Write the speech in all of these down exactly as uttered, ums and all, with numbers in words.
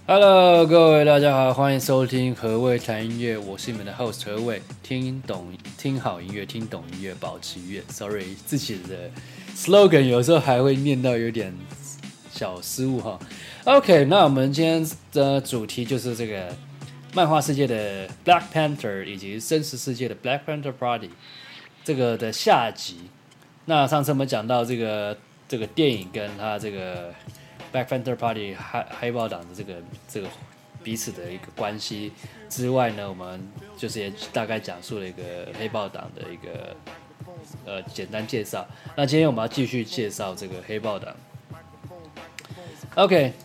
Hello，各位大家好，欢迎收听何谓谈音乐，我是你们的 host 何谓，听懂听好音乐，听懂音乐，保持音乐。Sorry， 自己的 slogan 有时候还会念到有点小失误哈。OK， 那我们今天的主题就是这个漫画世界的 Black Panther 以及真实世界的 Black Panther Party 这个的下集。那上次我们讲到这个这个电影跟它这个Black Panther Party 黑黑豹党的这个这个彼此的一个关系之外呢，我们就是也大概讲述了一个黑豹党的一个呃简单介绍。那今天我们要继续介绍这个黑豹党。OK，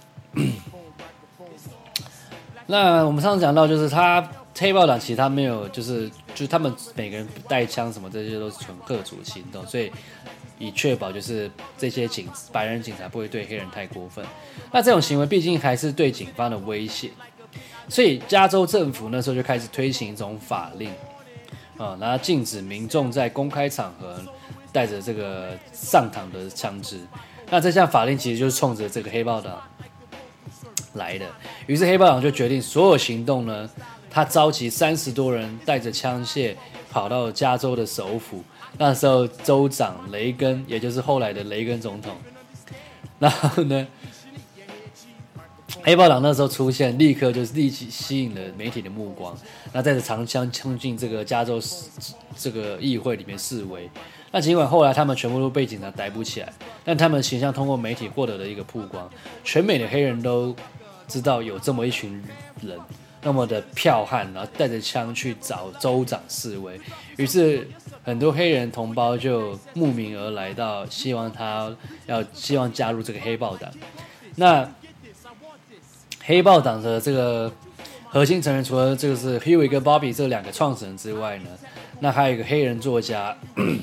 那我们上次讲到就是他黑豹党其实他没有就是就是他们每个人带枪什么这些都是纯各主行动，所以以确保就是这些警白人警察不会对黑人太过分。那这种行为毕竟还是对警方的威胁，所以加州政府那时候就开始推行一种法令啊，然后禁止民众在公开场合带着这个上膛的枪支。那这项法令其实就是冲着这个黑豹党来的，于是黑豹党就决定所有行动呢，他召集三十多人带着枪械跑到加州的首府。那时候州长雷根，也就是后来的雷根总统，然后呢，黑豹党那时候出现，立刻就是立即吸引了媒体的目光。那带着长枪冲进这个加州这个议会里面示威。那尽管后来他们全部都被警察逮捕起来，但他们的形象通过媒体获得了一个曝光，全美的黑人都知道有这么一群人。那么的剽悍，然后带着枪去找州长示威，于是很多黑人同胞就慕名而来到，希望他要希望加入这个黑豹党。那黑豹党的这个核心成员，除了这个是 Huey 跟 Bobby 这两个创始人之外呢，那还有一个黑人作家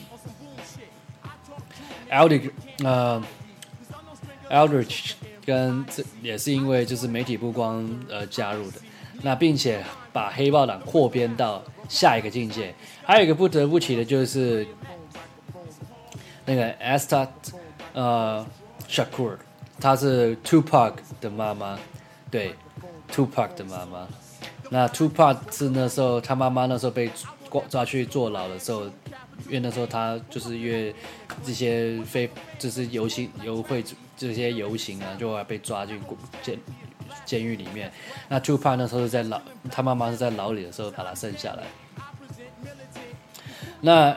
Aldrich 呃 Aldrich 跟这也是因为就是媒体曝光而加入的。那并且把黑豹党扩编到下一个境界。还有一个不得不提的就是那个 Astat 呃 Shakur， 她是 Tupac 的妈妈，对 Tupac 的妈妈。那 Tupac 是那时候他妈妈那时候被抓去坐牢的时候，因为那时候他就是因为这些非就是游行游会这些游行啊，就被抓进监监狱里面。那 Tupac 那时候是在牢，他妈妈是在牢里的时候把他生下来。那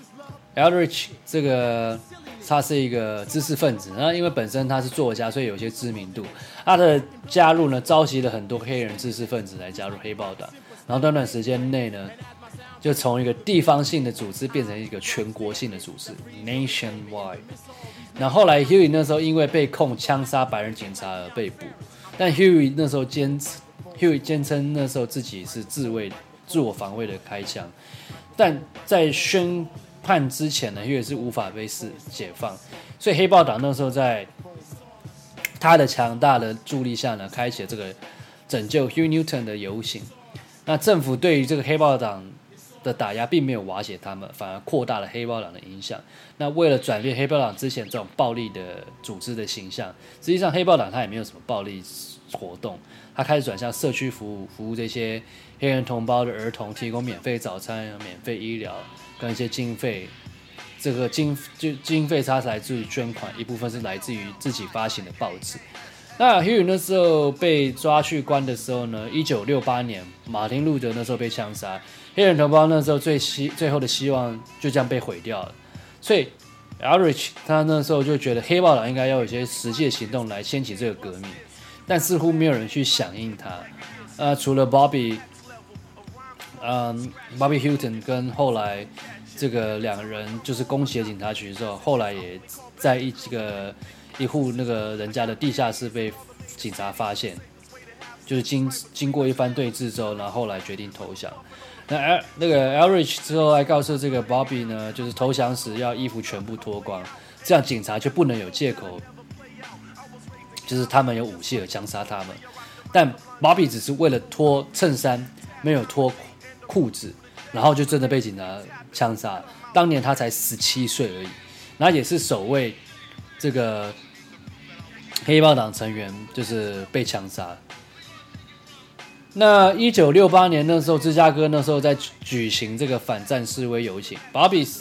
Aldrich 这个他是一个知识分子，那因为本身他是作家，所以有些知名度。他的加入呢，召集了很多黑人知识分子来加入黑豹党，然后短短时间内呢，就从一个地方性的组织变成一个全国性的组织 ，nationwide。那后来 Huey 那时候因为被控枪杀白人警察而被捕。但 Huey 那时候坚持 ，Huey 坚称那时候自己是自卫、自我防卫的开枪，但在宣判之前呢 ，Huey 是无法被释解放，所以黑豹党那时候在他的强大的助力下呢，开启了这个拯救 Huey Newton 的游行。那政府对于这个黑豹党的打压并没有瓦解他们，反而扩大了黑豹党的影响。那为了转变黑豹党之前这种暴力的组织的形象，实际上黑豹党它也没有什么暴力活动，它开始转向社区服务，服务这些黑人同胞的儿童，提供免费早餐、免费医疗跟一些经费。这个经就经费它是来自于捐款，一部分是来自于自己发行的报纸。那 Huey 那时候被抓去关的时候呢，一九六八年，马丁路德那时候被枪杀，黑人同胞那时候最希最后的希望就这样被毁掉了。所以 Aldrich 他那时候就觉得黑豹党应该要有一些实际的行动来掀起这个革命，但似乎没有人去响应他。呃，除了 Bobby， 嗯 ，Bobby Hutton 跟后来这个两个人就是攻击了警察局之后，后来也在一个一户那个人家的地下室被警察发现，就是经经过一番对峙之后，然后后来决定投降。那那个 Aldrich 之后还告诉这个 Bobby 呢，就是投降时要衣服全部脱光，这样警察就不能有借口，就是他们有武器而枪杀他们。但 Bobby 只是为了脱衬衫，没有脱裤子，然后就真的被警察枪杀。当年他才十七岁而已，然后也是首位这个黑豹党成员就是被枪杀。那一九六八年那时候，芝加哥那时候在举行这个反战示威游行 ，Bobby，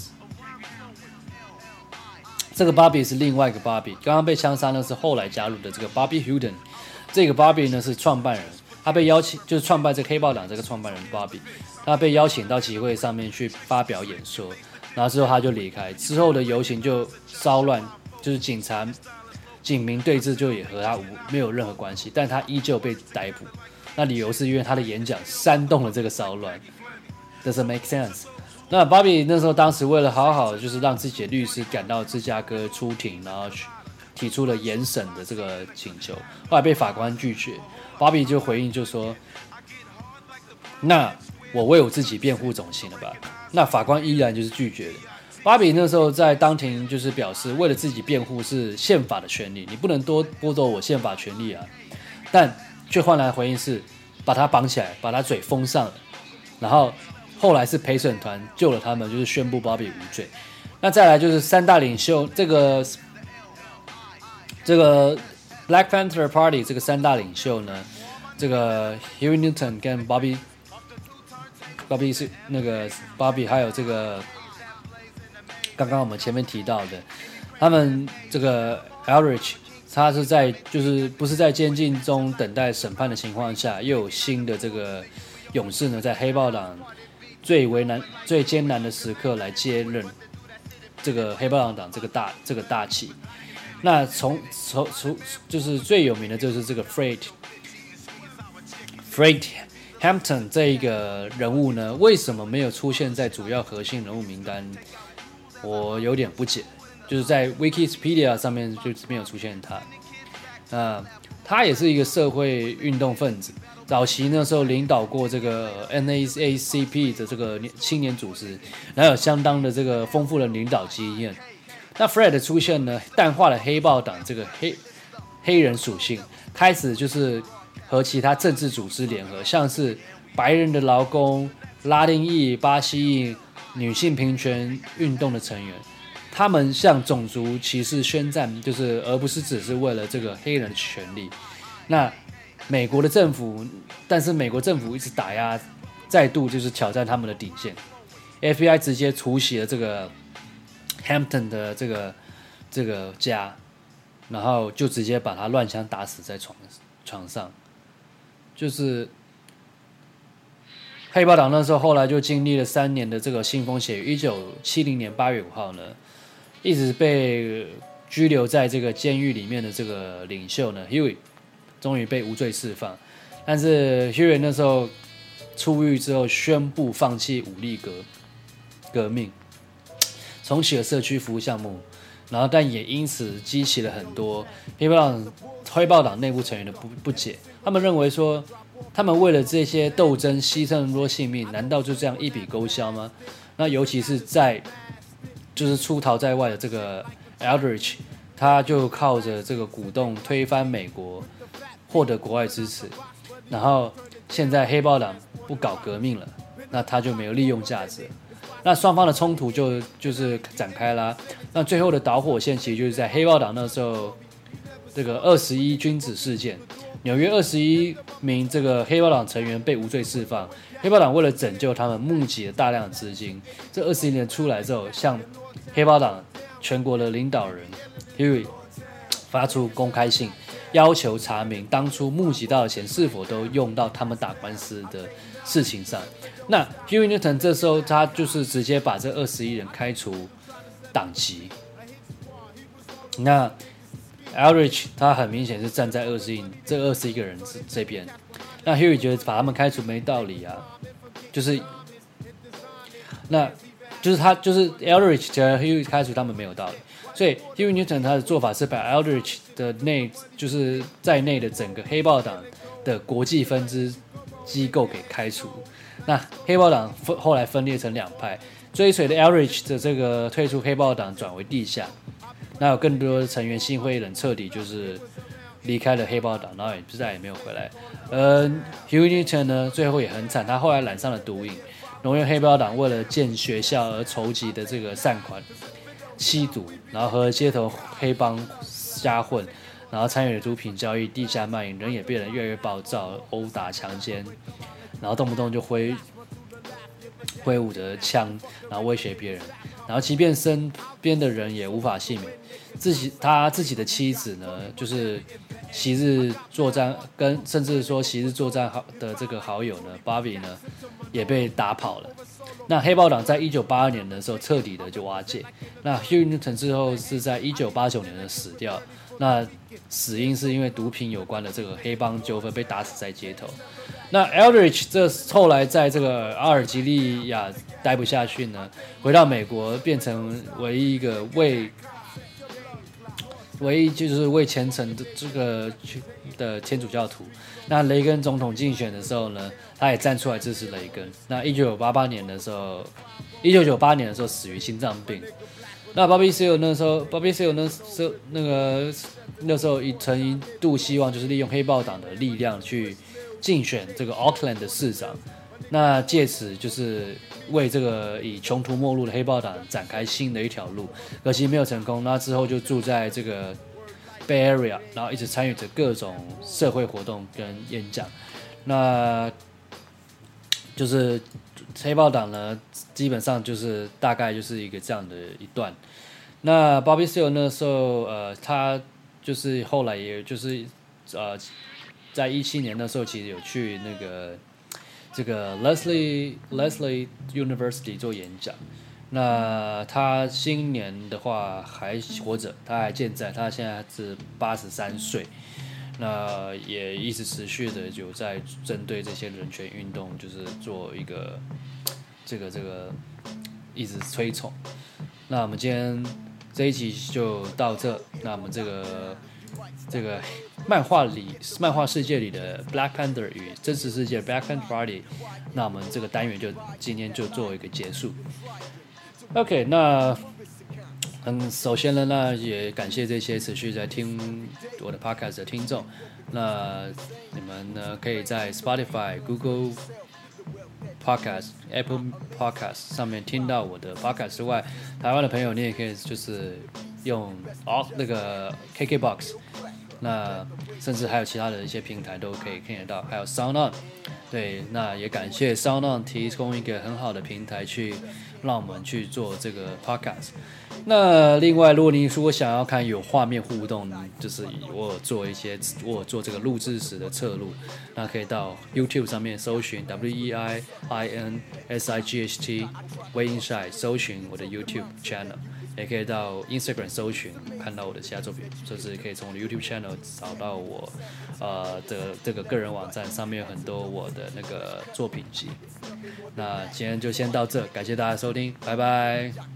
这个 Bobby 是另外一个 Bobby， 刚刚被枪杀呢是后来加入的这个 Bobby Hutton， 这个 Bobby 呢是创办人，他被邀请就是创办这个黑豹党这个创办人 Bobby， 他被邀请到集会上面去发表演说，然后之后他就离开，之后的游行就骚乱，就是警察警民对峙就也和他无没有任何关系，但他依旧被逮捕。那理由是因为他的演讲煽动了这个骚乱 ，Does it make sense？ 那 Bobby 那时候当时为了好好就是让自己的律师赶到芝加哥出庭，然后提出了严审的这个请求，后来被法官拒绝。Bobby 就回应就说：“那我为我自己辩护总行了吧？”那法官依然就是拒绝的。Bobby 那时候在当庭就是表示，为了自己辩护是宪法的权利，你不能多剥夺我宪法权利啊，但却换来回应是把他绑起来，把他嘴封上了，然后后来是陪审团救了他们，就是宣布 Bobby 无罪。那再来就是三大领袖，这个这个 Black Panther Party 这个三大领袖呢，这个 Huey Newton 跟 Bobby Bobby 是那个 Bobby 还有这个刚刚我们前面提到的，他们这个 Eldridge。他是在就是不是在监禁中等待审判的情况下，又有新的这个勇士呢，在黑豹党最为难、最艰难的时刻来接任这个黑豹党这个大这个大旗。那从从从就是最有名的就是这个 Fred Fred Hampton 这一个人物呢，为什么没有出现在主要核心人物名单？我有点不解。就是在 Wikipedia 上面就没有出现他，呃，他也是一个社会运动分子，早期那时候领导过这个 N A A C P 的这个青年组织，然后有相当的这个丰富的领导经验。那 Fred 的出现呢，淡化了黑豹党这个黑黑人属性，开始就是和其他政治组织联合，像是白人的劳工、拉丁裔、巴西裔、女性平权运动的成员。他们向种族歧视宣战，就是而不是只是为了这个黑人的权利。那美国的政府，但是美国政府一直打压，再度就是挑战他们的底线。F B I 直接突袭了这个 Hampton 的这个这个家，然后就直接把他乱枪打死在床床上。就是黑豹党那时候后来就经历了三年的这个腥风血雨，一九七零年八月五号呢。一直被拘留在这个监狱里面的这个领袖呢 ，Huey 终于被无罪释放。但是 Huey 那时候出狱之后，宣布放弃武力革革命，重启了社区服务项目。然后，但也因此激起了很多黑豹党黑豹党内部成员的不不解。他们认为说，他们为了这些斗争牺牲很多性命，难道就这样一笔勾销吗？那尤其是在就是出逃在外的这个 Eldridge， 他就靠着这个鼓动推翻美国，获得国外支持。然后现在黑豹党不搞革命了，那他就没有利用价值了。那双方的冲突就就是展开啦。那最后的导火线其实就是在黑豹党那时候，这个二十一君子事件，纽约二十一名这个黑豹党成员被无罪释放。黑豹党为了拯救他们，募集了大量的资金。这二十一年出来之后，向黑豹党全国的领导人 Huey 发出公开信，要求查明当初募集到的钱是否都用到他们打官司的事情上。那 Huey Newton 这时候他就是直接把这二十一人开除党籍。那 Eldridge 他很明显是站在二十一这二十一个人这边。那 Huey 觉得把他们开除没道理啊，就是那。就是他，就是 Eldridge 觉得 Huey 开除他们没有道理，所以 Huey Newton 他的做法是把 Eldridge 的内，就是在内的整个黑豹党的国际分支机构给开除。那黑豹党后来分裂成两派，追随的 Eldridge 的这个退出黑豹党转为地下，那有更多的成员心灰意冷，彻底就是离开了黑豹党，然后也再也没有回来。呃 ，Huey Newton 呢，最后也很惨，他后来染上了毒瘾。纽约黑豹党为了建学校而筹集的这个善款，吸毒，然后和街头黑帮瞎混， 然后参与了毒品交易、地下卖淫，人也变得越来越暴躁，殴打、强奸，然后动不动就挥挥舞着枪，然后威胁别人，然后即便身边的人也无法幸免。自己他自己的妻子呢，就是昔日作战跟甚至说昔日作战好的这个好友呢 ，Bobby 呢也被打跑了。那黑豹党在一九八二年的时候彻底的就瓦解。那 Huey Newton 之后是在一九八九年的死掉。那死因是因为毒品有关的这个黑帮纠纷被打死在街头。那 Eldridge 这后来在这个阿尔及利亚待不下去呢，回到美国变成唯一一个为唯一就是为虔诚的这个的天主教徒。那雷根总统竞选的时候呢，他也站出来支持雷根。那一九八八年的时候，一九九八年的时候死于心脏病。那 Bobby Seale 那时候 ，Bobby Seale 那时候那个那时候一曾一度希望就是利用黑豹党的力量去竞选这个 Auckland 的市长。那借此就是为这个以穷途末路的黑豹党展开新的一条路，可惜没有成功。那之后就住在这个 Bay Area， 然后一直参与着各种社会活动跟演讲。那就是黑豹党呢，基本上就是大概就是一个这样的一段。那 Bobby Seale 那时候，呃，他就是后来也就是呃，在一七年的时候，其实有去那个这个 Leslie Leslie University 做演讲。那他今年的话还活着，他还健在，他现在是八十三岁。那也一直持续的有在针对这些人权运动，就是做一个这个这个一直推崇。那我们今天这一集就到这。那我们这个这个漫画里漫画世界里的 Black Panther 与真实世界 Black Panther Party， 那我们这个单元就今天就做一个结束。OK， 那嗯，首先呢，那也感谢这些持续在听我的 podcast 的听众。那你们呢，可以在 Spotify、Google Podcast、Apple Podcast 上面听到我的 podcast 之外，台湾的朋友你也可以就是用哦那个 K K box， 那甚至还有其他的一些平台都可以听得到，还有 Sound On。对，那也感谢 Sound On 提供一个很好的平台去让我们去做这个 podcast。那另外，如果你如果想要看有画面互动，就是我有做一些我有做这个录制时的侧录，那可以到 YouTube 上面搜寻 W E I I N S I G H T Wei Inside 搜寻我的 YouTube channel， 也可以到 Instagram 搜寻看到我的其他作品，就是可以从我的 YouTube channel 找到我呃的这个个人网站，上面有很多我的那个作品集。那今天就先到这，感谢大家收听，拜拜。